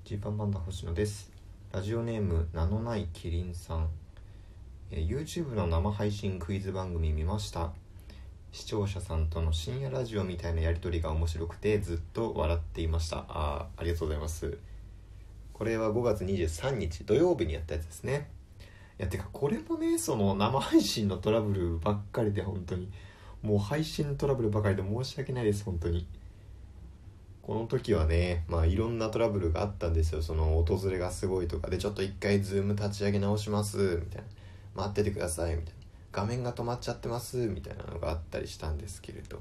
ジーパンパンダ星野です。ラジオネーム名のないキリンさん、YouTube の生配信クイズ番組見ました。視聴者さんとの深夜ラジオみたいなやり取りが面白くてずっと笑っていました。ありがとうございます。これは5月23日土曜日にやったやつですね。いやてかこれもね、その生配信のトラブルばっかりで、本当にもう配信トラブルばかりで申し訳ないです。本当にこの時はね、いろんなトラブルがあったんですよ。その訪れがすごいとかで、ちょっと一回ズーム立ち上げ直しますみたいな、待っててくださいみたいな、画面が止まっちゃってますみたいなのがあったりしたんですけれど、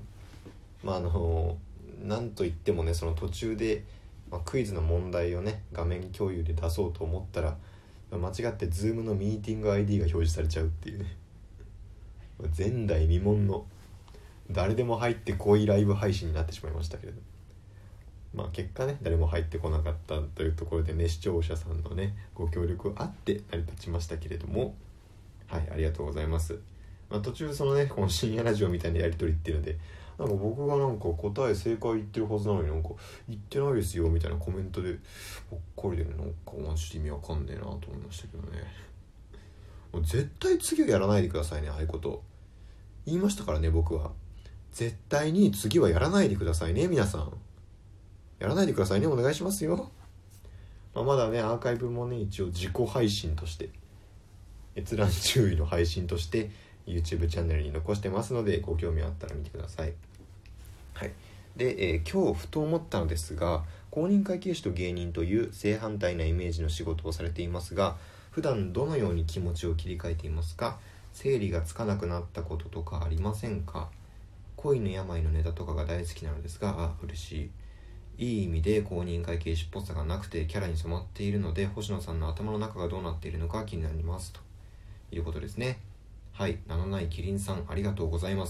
なんといってもね、その途中で、クイズの問題をね画面共有で出そうと思ったら、間違ってズームのミーティング ID が表示されちゃうっていうね、前代未聞の誰でも入ってこいライブ配信になってしまいましたけれど、結果ね、誰も入ってこなかったというところでね、視聴者さんのねご協力あって成り立ちましたけれども、はい、ありがとうございます。途中そのね、この深夜ラジオみたいなやり取りっていうので、なんか僕がなんか答え正解言ってるはずなのに、なんか言ってないですよみたいなコメントでほっこりで、なんかマジで意味わかんねえなと思いましたけどね。もう絶対次はやらないでくださいね。ああいうこと言いましたからね、僕は。絶対に次はやらないでくださいね、皆さん。やらないでくださいね、お願いしますよ。まだね、アーカイブもね、一応自己配信として、閲覧注意の配信として YouTube チャンネルに残してますので、ご興味あったら見てください。はい。で、今日ふと思ったのですが、公認会計士と芸人という正反対なイメージの仕事をされていますが、普段どのように気持ちを切り替えていますか？整理がつかなくなったこととかありませんか？恋の病のネタとかが大好きなのですが、嬉しい。いい意味で公認会計士っぽさがなくてキャラに染まっているので、星野さんの頭の中がどうなっているのか気になりますということですね。はい、名のないキリンさん、ありがとうございます。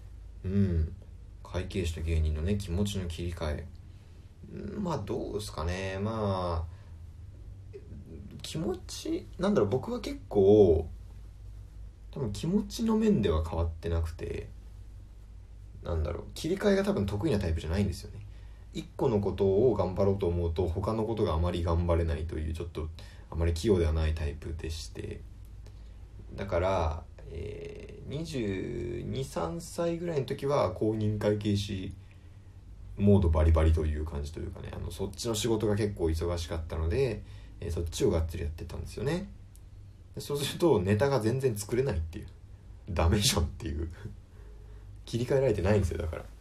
会計士と芸人のね、気持ちの切り替え、どうですかね。気持ち僕は結構多分気持ちの面では変わってなくて、切り替えが多分得意なタイプじゃないんですよね。一個のことを頑張ろうと思うと他のことがあまり頑張れないという、ちょっとあまり器用ではないタイプでして、だから、22、3歳ぐらいの時は公認会計士モードバリバリという感じというかね、そっちの仕事が結構忙しかったので、そっちをがっつりやってたんですよね。そうするとネタが全然作れないっていう、ダメじゃんっていう切り替えられてないんですよ。だから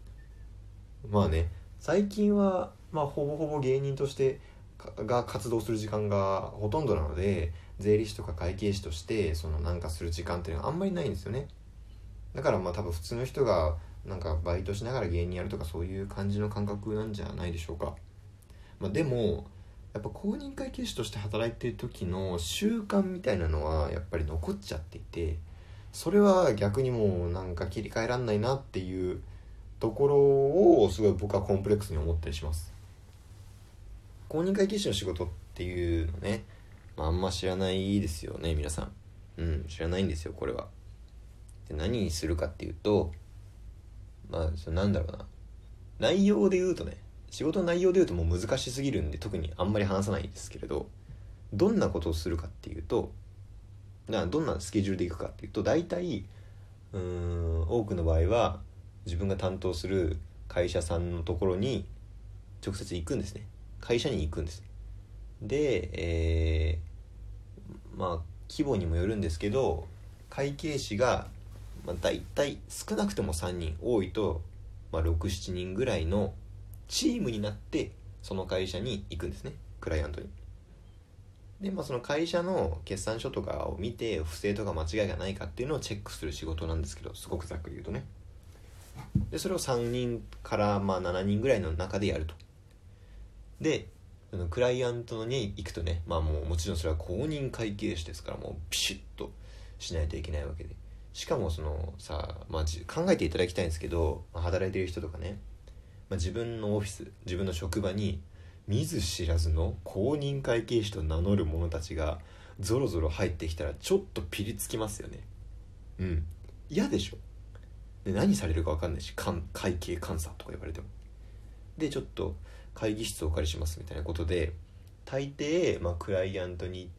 最近はほぼほぼ芸人としてが活動する時間がほとんどなので、税理士とか会計士としてなんかする時間っていうのはあんまりないんですよね。だから多分普通の人がなんかバイトしながら芸人やるとか、そういう感じの感覚なんじゃないでしょうか。でもやっぱ公認会計士として働いている時の習慣みたいなのはやっぱり残っちゃっていて、それは逆にもうなんか切り替えらんないなっていうところをすごい僕はコンプレックスに思ったりします。公認会計士の仕事っていうのね、あんま知らないですよね、皆さん。知らないんですよ、これは。で、何にするかっていうと、内容で言うとね、仕事の内容で言うともう難しすぎるんで特にあんまり話さないですけれど、どんなことをするかっていうと、どんなスケジュールでいくかっていうと、大体多くの場合は自分が担当する会社さんのところに直接行くんですね。会社に行くんです。で、規模にもよるんですけど、会計士が、だいたい少なくとも3人、多いと、6、7人ぐらいのチームになってその会社に行くんですね、クライアントに。で、その会社の決算書とかを見て不正とか間違いがないかっていうのをチェックする仕事なんですけど、すごくざっくり言うとね。でそれを3人から7人ぐらいの中でやると。でクライアントに行くとね、もちろんそれは公認会計士ですから、もうピシッとしないといけないわけで、しかも考えていただきたいんですけど、働いている人とかね、自分のオフィス、自分の職場に見ず知らずの公認会計士と名乗る者たちがゾロゾロ入ってきたらちょっとピリつきますよね。嫌でしょ。で何されるか分かんないし、会計監査とか言われても、でちょっと会議室をお借りしますみたいなことで大抵、クライアントに行って、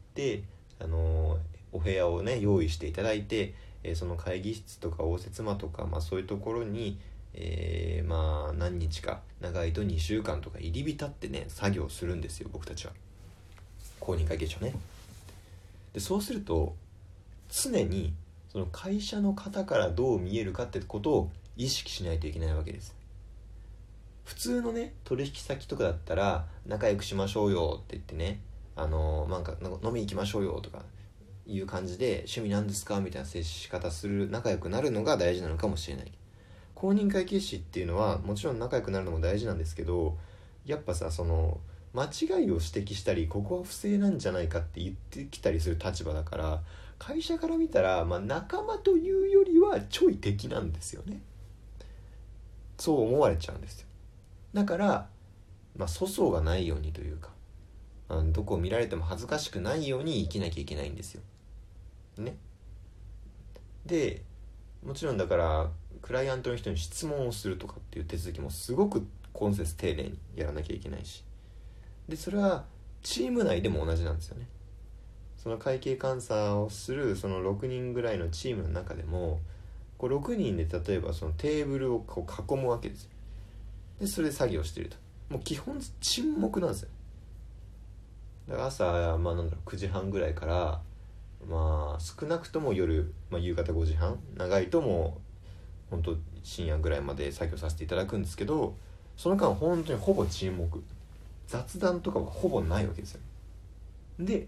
お部屋をね用意していただいて、その会議室とか応接間とか、そういうところに、何日か長いと2週間とか入り浸ってね作業するんですよ、僕たちは公認会計士はね。でそうすると常にその会社の方からどう見えるかってことを意識しないといけないわけです。普通のね取引先とかだったら仲良くしましょうよって言ってね、なんか飲み行きましょうよとかいう感じで、趣味なんですかみたいな接し方する、仲良くなるのが大事なのかもしれない。公認会計士っていうのはもちろん仲良くなるのも大事なんですけど、やっぱさ、その間違いを指摘したりここは不正なんじゃないかって言ってきたりする立場だから、会社から見たら、仲間というよりはちょい敵なんですよね。そう思われちゃうんですよ。だから、粗相がないようにというか、どこを見られても恥ずかしくないように生きなきゃいけないんですよね。でもちろんだからクライアントの人に質問をするとかっていう手続きもすごく今節丁寧にやらなきゃいけないし、でそれはチーム内でも同じなんですよね。その会計監査をするその6人ぐらいのチームの中でも、こう6人で例えばそのテーブルをこう囲むわけですよ。でそれで作業していると、もう基本沈黙なんですよ。だから朝、9時半ぐらいから、少なくとも夜、夕方5時半、長いともう本当深夜ぐらいまで作業させていただくんですけど、その間本当にほぼ沈黙、雑談とかはほぼないわけですよ。で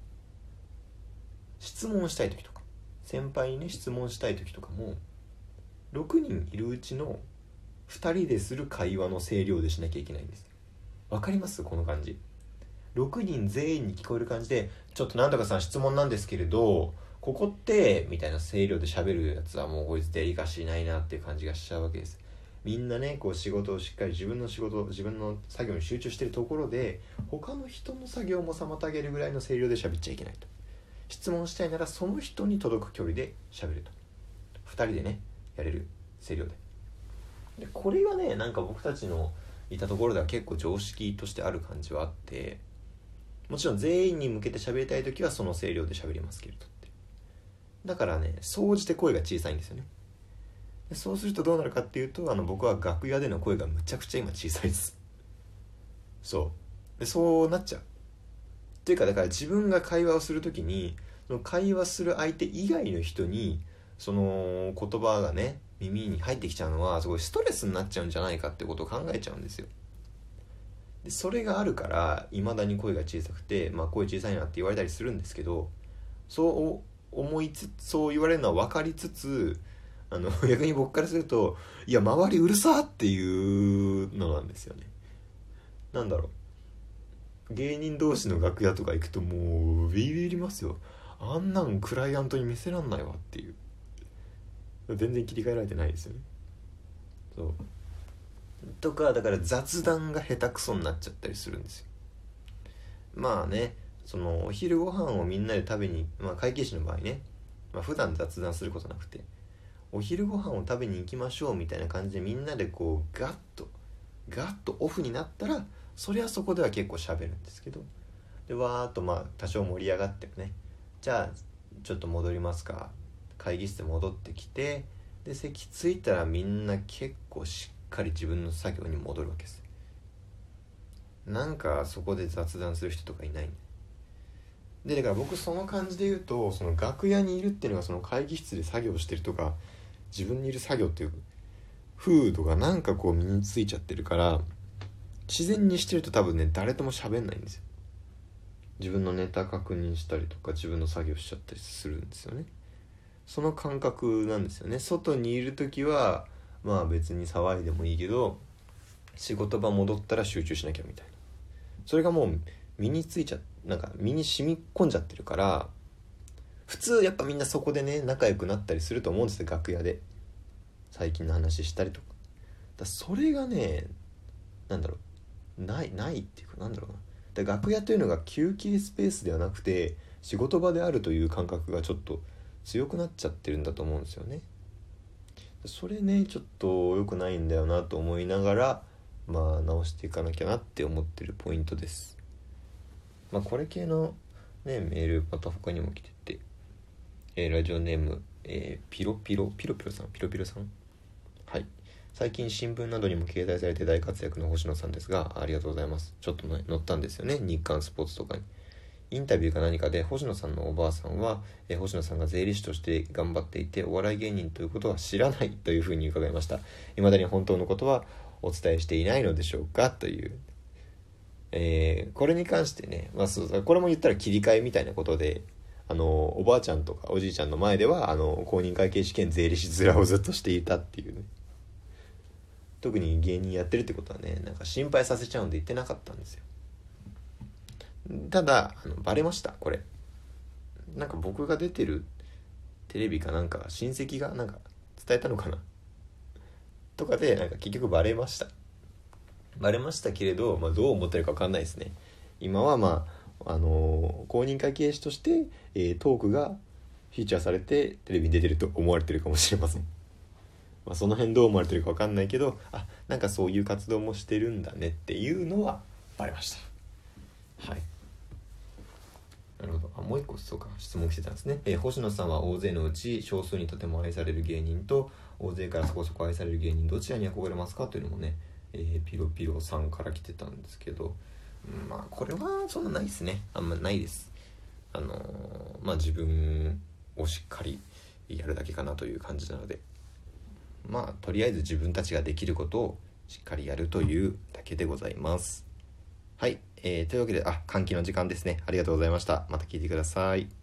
質問したい時とか、先輩にね質問したい時とかも、6人いるうちの2人でする会話の声量でしなきゃいけないんです。わかります？この感じ。6人全員に聞こえる感じで、ちょっとなんとかさん質問なんですけれど、ここってみたいな声量で喋るやつはもうこいつデリカシーないなっていう感じがしちゃうわけです。みんなねこう仕事をしっかり自分の作業に集中しているところで、他の人の作業も妨げるぐらいの声量で喋っちゃいけないと。質問したいならその人に届く距離で喋ると、2人でねやれる声量で。でこれがねなんか僕たちのいたところでは結構常識としてある感じはあって、もちろん全員に向けて喋りたいときはその声量で喋りますけれどって、だからね総じて声が小さいんですよね。でそうするとどうなるかっていうと、僕は楽屋での声がむちゃくちゃ今小さいです。そうなっちゃうっていうか、だから自分が会話をするときに、その会話する相手以外の人にその言葉がね耳に入ってきちゃうのはすごいストレスになっちゃうんじゃないかってことを考えちゃうんですよ。でそれがあるから未だに声が小さくて、声小さいなって言われたりするんですけど、そう言われるのは分かりつつ、逆に僕からすると、いや周りうるさっていうのなんですよね。なんだろう、芸人同士の楽屋とか行くともうビビりますよ。あんなんクライアントに見せらんないわっていう、全然切り替えられてないですよね。そうとか、だから雑談が下手くそになっちゃったりするんですよ。そのお昼ご飯をみんなで食べに、会計士の場合ね、普段雑談することなくて、お昼ご飯を食べに行きましょうみたいな感じでみんなでこうガッとオフになったら、そりゃそこでは結構喋るんですけど、でわーっと多少盛り上がってもね、じゃあちょっと戻りますか、会議室で戻ってきて、で席着いたらみんな結構しっかり自分の作業に戻るわけです。なんかそこで雑談する人とかいないんで、だから僕その感じで言うと、その楽屋にいるっていうのが、その会議室で作業してるとか自分にいる作業っていう風土がなんかこう身についちゃってるから、自然にしてると多分ね誰とも喋んないんですよ。自分のネタ確認したりとか自分の作業しちゃったりするんですよね。その感覚なんですよね。外にいるときは別に騒いでもいいけど、仕事場戻ったら集中しなきゃみたいな、それがもう身についちゃ、なんか身に染み込んじゃってるから、普通やっぱみんなそこでね仲良くなったりすると思うんですよ、楽屋で最近の話したりとか。それがねないっていうか、楽屋というのが休憩スペースではなくて仕事場であるという感覚がちょっと強くなっちゃってるんだと思うんですよね。それねちょっと良くないんだよなと思いながら直していかなきゃなって思ってるポイントです。これ系のねメールまた他にも来てて、ラジオネーム、ピロさん、はい。最近新聞などにも掲載されて大活躍の星野さんですが、ありがとうございます。ちょっとね載ったんですよね、日刊スポーツとかに。インタビューか何かで星野さんのおばあさんは、星野さんが税理士として頑張っていてお笑い芸人ということは知らないというふうに伺いました。未だに本当のことはお伝えしていないのでしょうかという、これに関してね、これも言ったら切り替えみたいなことで、おばあちゃんとかおじいちゃんの前では公認会計試験税理士面をずっとしていたっていうね。特に芸人やってるってことはね、なんか心配させちゃうんで言ってなかったんですよ。ただバレました。これなんか僕が出てるテレビかなんか親戚がなんか伝えたのかなとかで、なんか結局バレましたけれど、どう思ってるか分かんないですね。今は公認会計士として、トークがフィーチャーされてテレビに出てると思われてるかもしれません。その辺どう思われてるか分かんないけど、なんかそういう活動もしてるんだねっていうのはバレました。はい。なるほど。もう一個そうか質問来てたんですね。星野さんは大勢のうち少数にとても愛される芸人と大勢からそこそこ愛される芸人どちらに憧れますかというのもね、ピロさんから来てたんですけど、これはそんなないですね。あんまないです。自分をしっかりやるだけかなという感じなので、とりあえず自分たちができることをしっかりやるというだけでございます。はい、というわけで換気の時間ですね。ありがとうございました。また聞いてください。